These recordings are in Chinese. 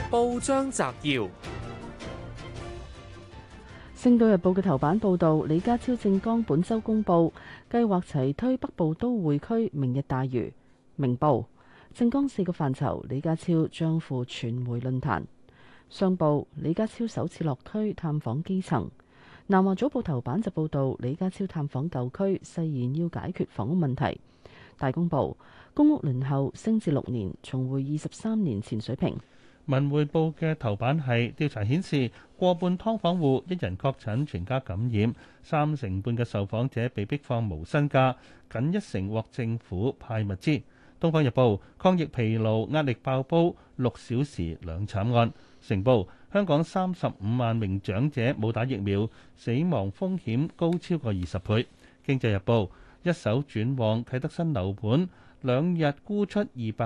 報章摘要：《 星島日報》嘅頭版報導，李家超政綱本週公佈，計劃齊推北部都會區明日大嶼。明報政綱4個範疇，李家超將赴傳媒論壇。商報李家超首次落區探訪基層。南華早報頭版就報導李家超探訪舊區，誓言要解決房屋問題。大公報公屋輪候升至6年，重回23年前水平。 文匯報嘅頭版係調查顯示，過半劏房戶一人確診，全家感染，3成半嘅受訪者被逼放無薪假，僅1成獲政府派物資。東方日報抗疫疲勞，壓力爆煲，6小時兩慘案。成報香港35萬名長者冇打疫苗，死亡風險高超過20倍。經濟日報一手轉旺，啟德新樓盤2日沽出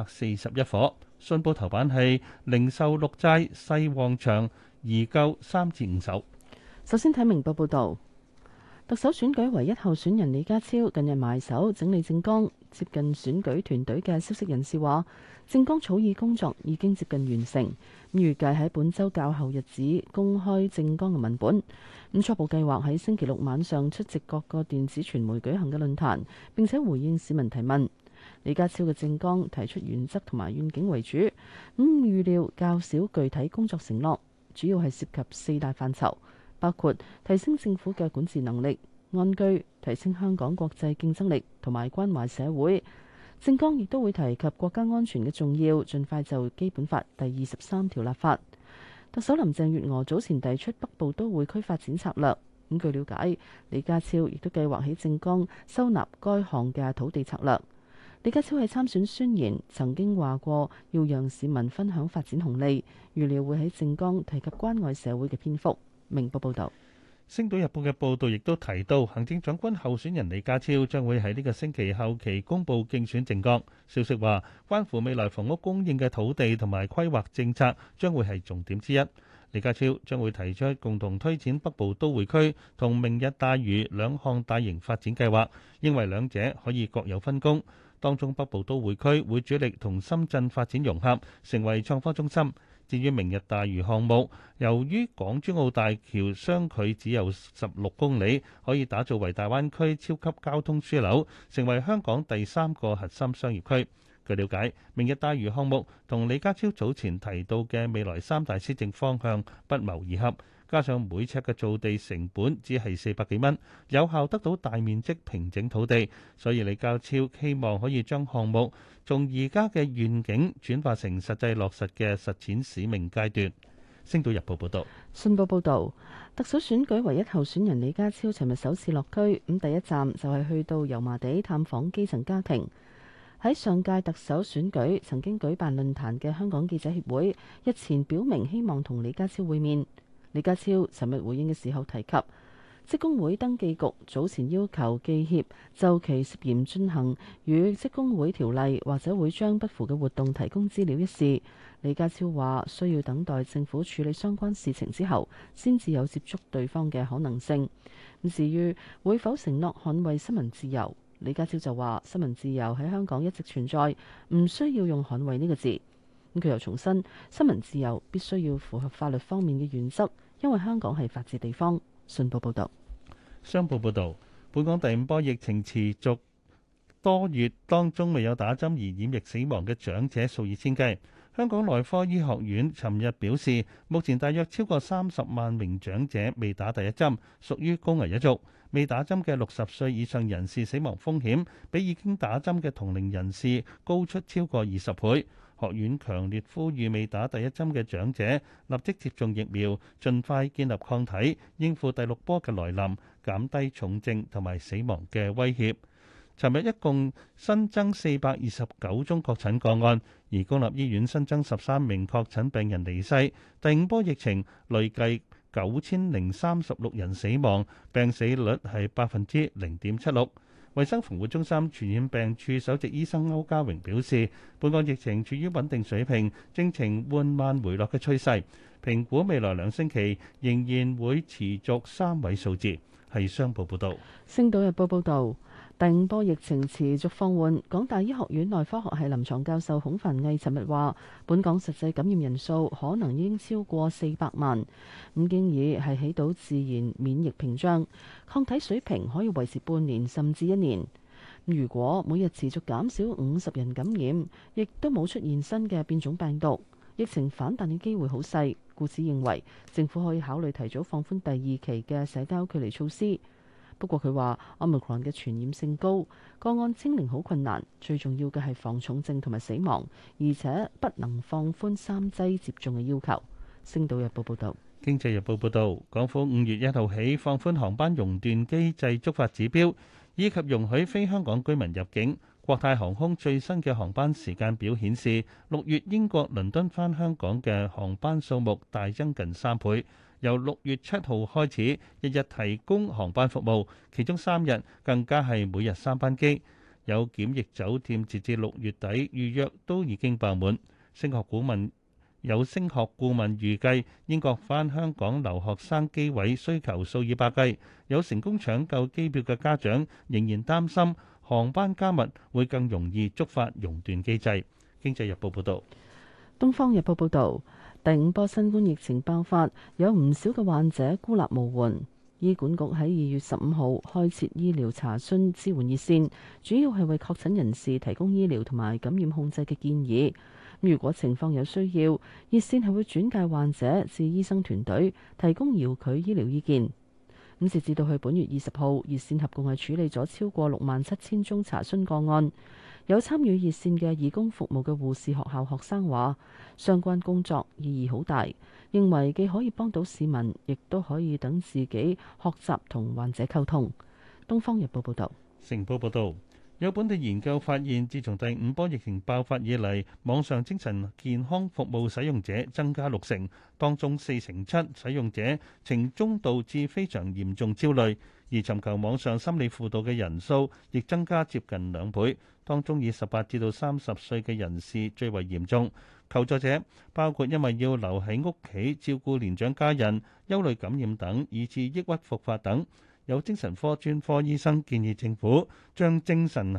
241伙。信報頭版係零售綠債細旺場，移購3至5手。 首先睇明報報導，特首選舉唯一候選人李家超近日埋手整理政綱，接近選舉團隊嘅消息人士話，政綱草擬工作已經接近完成，預計喺本週較後日子公開政綱嘅文本。初步計劃喺星期六晚上出席各個電子傳媒舉行嘅論壇，並且回應市民提問。李家超嘅政綱提出原則同埋願景為主，預料較少具體工作承諾，主要係涉及4大範疇，包括提升政府嘅管治能力、安居、提升香港國際競爭力同埋關懷社會。政綱亦都會提及國家安全嘅重要，盡快就基本法第23條立法。特首林鄭月娥早前提出北部都會區發展策略，據了解，李家超亦都計劃喺政綱收納該項嘅土地策略。李家超喺參選宣言曾經話過要讓市民分享發展紅利，預料會喺政綱提及關愛社會嘅篇幅。明報報道。 《星島日報》嘅報導亦都提到，行政長官候選人李家超將會喺呢個星期後期公布競選政綱。消息話，關乎未來房屋供應嘅土地同埋規劃政策將會係重點之一。李家超將會提出共同推展北部都會區同明日大嶼2項大型發展計劃，認為兩者可以各有分工。當中北部都會區會主力同深圳發展融合，成為創科中心。至於明日大嶼項目，由於港珠澳大橋相距只有16公里，可以打造為大灣區超級交通樞紐，成為香港第3個核心商業區。據了解，明日大嶼項目同李家超早前提到嘅未來3大施政方向不謀而合。加上每尺嘅造地成本只係400幾蚊，有效得到大面積平整土地，所以李家超希望可以將項目從而家嘅願景轉化成實際落實嘅實踐使命階段。星島日報報道。 信報報導，特首選舉唯一候選人李家超尋日首次落區，第一站就係去到油麻地探訪基層家庭。喺上屆特首選舉曾經舉辦論壇嘅香港記者協會日前表明希望同李家超會面。李家超尋日回應嘅時候提及，職工會登記局早前要求記協就其涉嫌進行與職工會條例或者會章不符嘅活動提供資料一事。李家超話需要等待政府處理相關事情之後，先至有接觸對方嘅可能性。至於會否承諾捍衛新聞自由，李家超就話新聞自由喺香港一直存在，唔需要用捍衛呢個字。佢又重申，新聞自由必須要符合法律方面嘅原則，因為香港係法治地方。信報報導。 商報報導，本港第5波疫情持續多月，當中未有打針而染疫死亡嘅長者數以千計。香港內科醫學院尋日表示，目前大約超過30萬名長者未打第一針，屬於高危一族。未打針嘅60歲以上人士死亡風險，比已經打針嘅同齡人士高出超過20倍。學院強烈呼籲未打第一針嘅長者立即接種疫苗，盡快建立抗體，應付第6波嘅來臨，減低重症同埋死亡嘅威脅。尋日一共新增429宗確診個案，而公立醫院新增13名確診病人離世。第5波疫情累計9036人死亡，病死率係0.76%。衛生防護中心傳染病處首席醫生歐家榮表示，本港疫情處於穩定水平，正呈緩慢回落嘅趨勢，評估未來2星期仍然會持續3位數字。係商報報導。 星島日報報導， 第五波疫情持續放緩，港大醫學院內科學系臨床教授孔凡毅尋日話，本港實際感染人數可能已經超過400萬，咁經已係起到自然免疫屏障，抗體水平可以維持半年甚至1年。如果每日持續減少50人感染，亦都冇出現新嘅變種病毒，疫情反彈嘅機會好細，故此認為政府可以考慮提早放寬第二期嘅社交距離措施。不過佢話，Omicron嘅傳染性高，個案清零好困難，最重要嘅係防重症同埋死亡，而且不能放寬3劑接種嘅要求。星島日報報導。 經濟日報報導，港府5月1號起放寬航班熔斷機制觸發指標，以及容許非香港居民入境。國泰航空最新嘅航班時間表顯示，6月英國倫敦返香港嘅航班數目大增近3倍。由6月7號開始，日日提供航班服務，其中3日更加係每日3班機。有檢疫酒店截至6月底預約都已經爆滿。有升學顧問預計，英國返香港留學生機位需求數以百計。有成功搶購機票嘅家長仍然擔心航班加密會更容易觸發熔斷機制。經濟日報報導。 東方日報報導，第五波新冠疫情爆發，有唔少嘅患者孤立無援。醫管局喺2月15號開設醫療查詢支援熱線，主要係為確診人士提供醫療同埋感染控制嘅建議。如果情況有需要，熱線係會轉介患者至醫生團隊提供遙距醫療意見。咁截至到去本月20號，熱線合共係處理咗超過67000宗查詢個案。有參與熱線嘅義工服務嘅護士學校學生話，相關工作意義好大，認為既可以幫到市民，亦都可以等自己學習同患者溝通。《東方日報》報道。 成報報導。有本地研究發現，自從第五波疫情爆發以嚟，網上精神健康服務使用者增加60%，當中47%使用者呈中度至非常嚴重焦慮，而尋求網上心理輔導嘅人數亦增加接近2倍，當中以18至到30歲嘅人士最為嚴重。求助者包括因為要留喺屋企照顧年長家人、憂慮感染等，以致抑鬱復發等。有精神科專科醫生建議政府將精神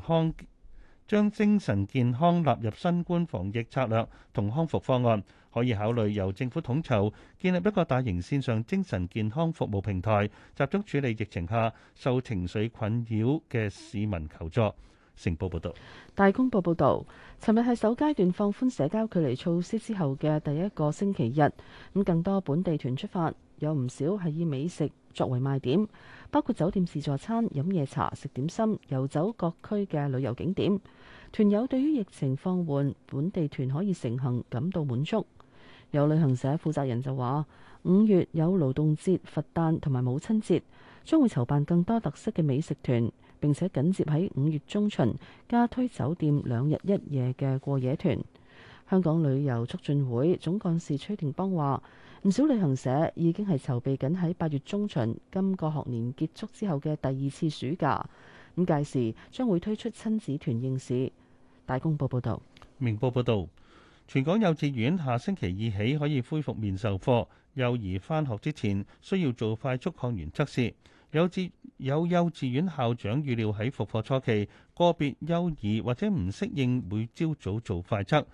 健康納入新冠防疫策略同康復方案，可以考慮由政府統籌建立一個大型線上精神健康服務平台，集中處理疫情下受情緒困擾嘅市民求助。成報報道。 大公報報導，尋日係首階段放寬社交距離措施之後嘅第一個星期日，咁更多本地團出發，有唔少係以美食作為賣點，包括酒店自助餐、飲夜茶、食點心、遊走各區嘅旅遊景點。團友對於疫情放緩，本地團可以成行感到滿足。有旅行社負責人就話，5月有勞動節、佛誕同埋母親節，將會籌辦更多特色嘅美食團，並且緊接喺5月中旬加推酒店2日1夜嘅過夜團。香港旅遊促進會總幹事崔定邦話，唔少旅行社已經係籌備緊喺8月中旬今個學年結束之後嘅第2次暑假，咁屆時將會推出親子團應市。大公報報道。 明報報導。全港幼稚園下星期2起可以恢復面授課，幼兒返學之前需要做快速抗原測試。有幼稚園校長預料喺復課初期，個別幼兒或者唔適應每朝早做快測，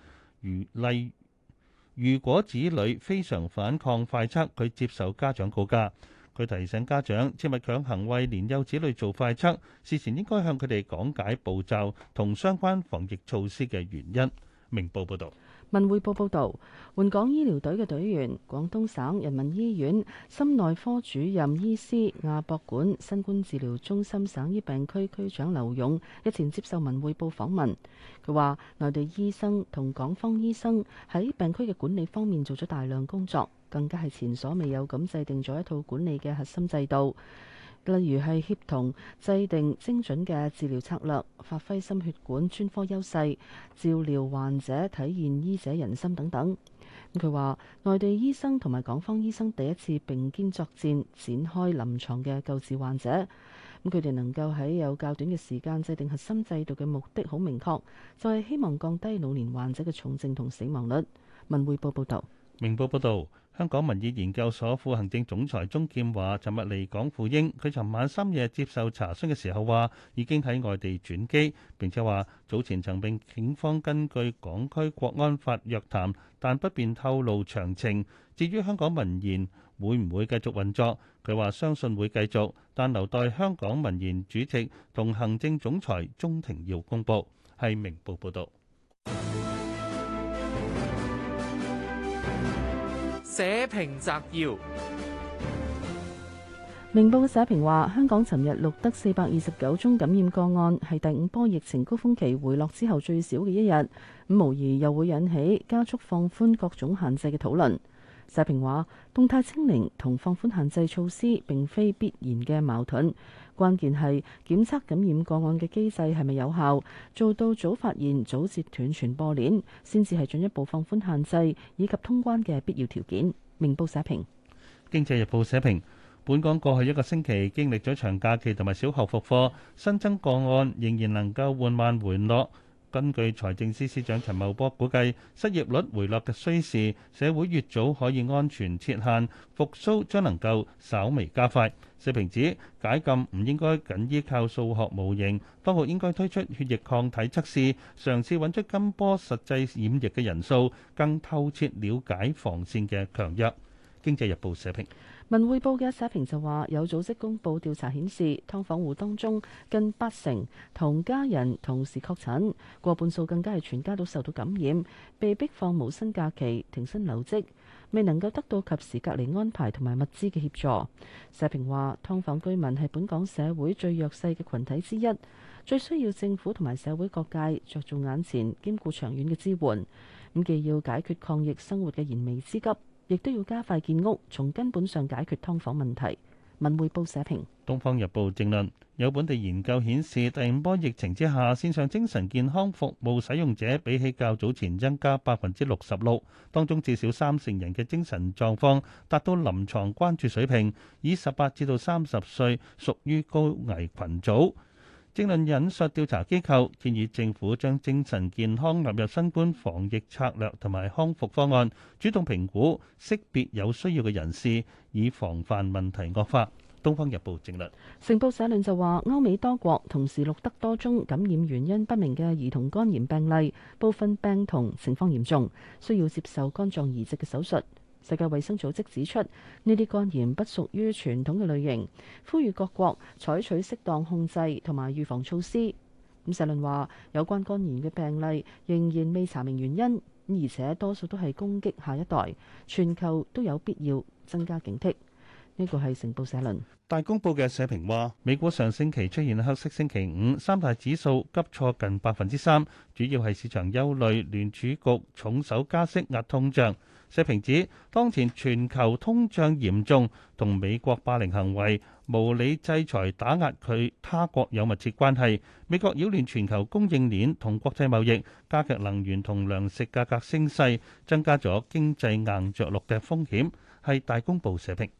如果子女非常反抗快測，佢接受家長告假。佢提醒家長，切勿強行為年幼子女做快測，事前應該向佢哋講解步驟同相關防疫措施嘅原因。明報報導。 文匯報報道，援港醫療隊嘅隊員，廣東省人民醫院心內科主任醫師亞博館新冠治療中心省醫病區區長劉勇日前接受文匯報訪問。佢話，內地醫生同港方醫生喺病區嘅管理方面做咗大量工作，更加係前所未有咁制定咗一套管理嘅核心制度。例如係協同制定精準嘅治療策略，發揮心血管專科優勢，照料患者，體現醫者仁心等等。佢話，內地醫生同埋港方醫生第一次並肩作戰，展開臨床嘅救治患者。佢哋能夠喺有較短嘅時間制定核心制度嘅目的好明確，就係希望降低老年患者嘅重症同死亡率。文匯報報道。 明報報導。 香港民意研究所副行政總裁鍾劍華尋日離港赴英，佢尋晚深夜接受查詢嘅時候話，已經喺外地轉機，並且話早前曾被警方根據港區國安法約談，但不便透露詳情。至於香港民研會唔會繼續運作，佢話相信會繼續，但留待香港民研主席同行政總裁鍾庭耀公佈。係明報報導。 社評摘要： 明報嘅社評話，香港尋日錄得429宗感染個案，係第五波疫情高峰期回落之後最少嘅一日，咁無疑又會引起加速放寬各種限制嘅討論。社評話，動態清零同放寬限制措施並非必然嘅矛盾，關鍵係檢測感染個案嘅機制係咪有效，做到早發現、早截斷傳播鏈，先至係進一步放寬限制以及通關嘅必要條件。明報社評。 經濟日報社評，本港過去一個星期經歷咗長假期同埋小學復課，新增個案仍然能夠緩慢回落。根據財政司司長陳茂波估計，失業率回落嘅需時，社會越早可以安全設限，復甦將能夠稍微加快。社評指解禁唔應該僅依靠數學模型，當局應該推出血液抗體測試，嘗試揾出今波實際染疫嘅人數，更透徹了解防線嘅強弱。經濟日報社評。 文匯報嘅社評就話，有組織公佈調查顯示，劏房戶當中近80%同家人同時確診，過半數更加係全家都受到感染，被逼放無薪假期、停薪留職，未能夠得到及時隔離安排同埋物資嘅協助。社評話，劏房居民係本港社會最弱勢嘅群體之一，最需要政府同埋社會各界着重眼前兼顧長遠嘅支援。咁既要解決抗疫生活嘅燃眉之急，亦都要加快建屋，從根本上解決劏房問題。文匯報社評。《 東方日報》正論，有本地研究顯示，第五波疫情之下，線上精神健康服務使用者比起較早前增加66%，當中至少30%人嘅精神狀況達到臨床關注水平，以18至到30歲屬於高危群組。正論引述調查機構建議政府將精神健康納入新冠防疫策略同埋康復方案，主動評估識別有需要嘅人士，以防範問題惡化。《東方日報》正論。 成報社論就話，歐美多國同時錄得多宗感染原因不明嘅兒童肝炎病例，部分病童情況嚴重，需要接受肝臟移植嘅手術。世界衛生組織指出，呢啲肝炎不屬於傳統嘅類型，呼籲各國採取適當控制同埋預防措施。咁社論話，有關肝炎嘅病例仍然未查明原因，而且多數都係攻擊下一代，全球都有必要增加警惕。呢個係成報社論。 大公報嘅社評話，美股上星期出現黑色星期五，三大指數急挫近3%，主要係市場憂慮聯儲局重手加息壓通脹。社評指，當前全球通脹嚴重，同美國霸凌行為、無理制裁打壓他國有密切關係。美國擾亂全球供應鏈同國際貿易，加劇能源同糧食價格升勢，增加咗經濟硬着陸嘅風險，係大公報社評。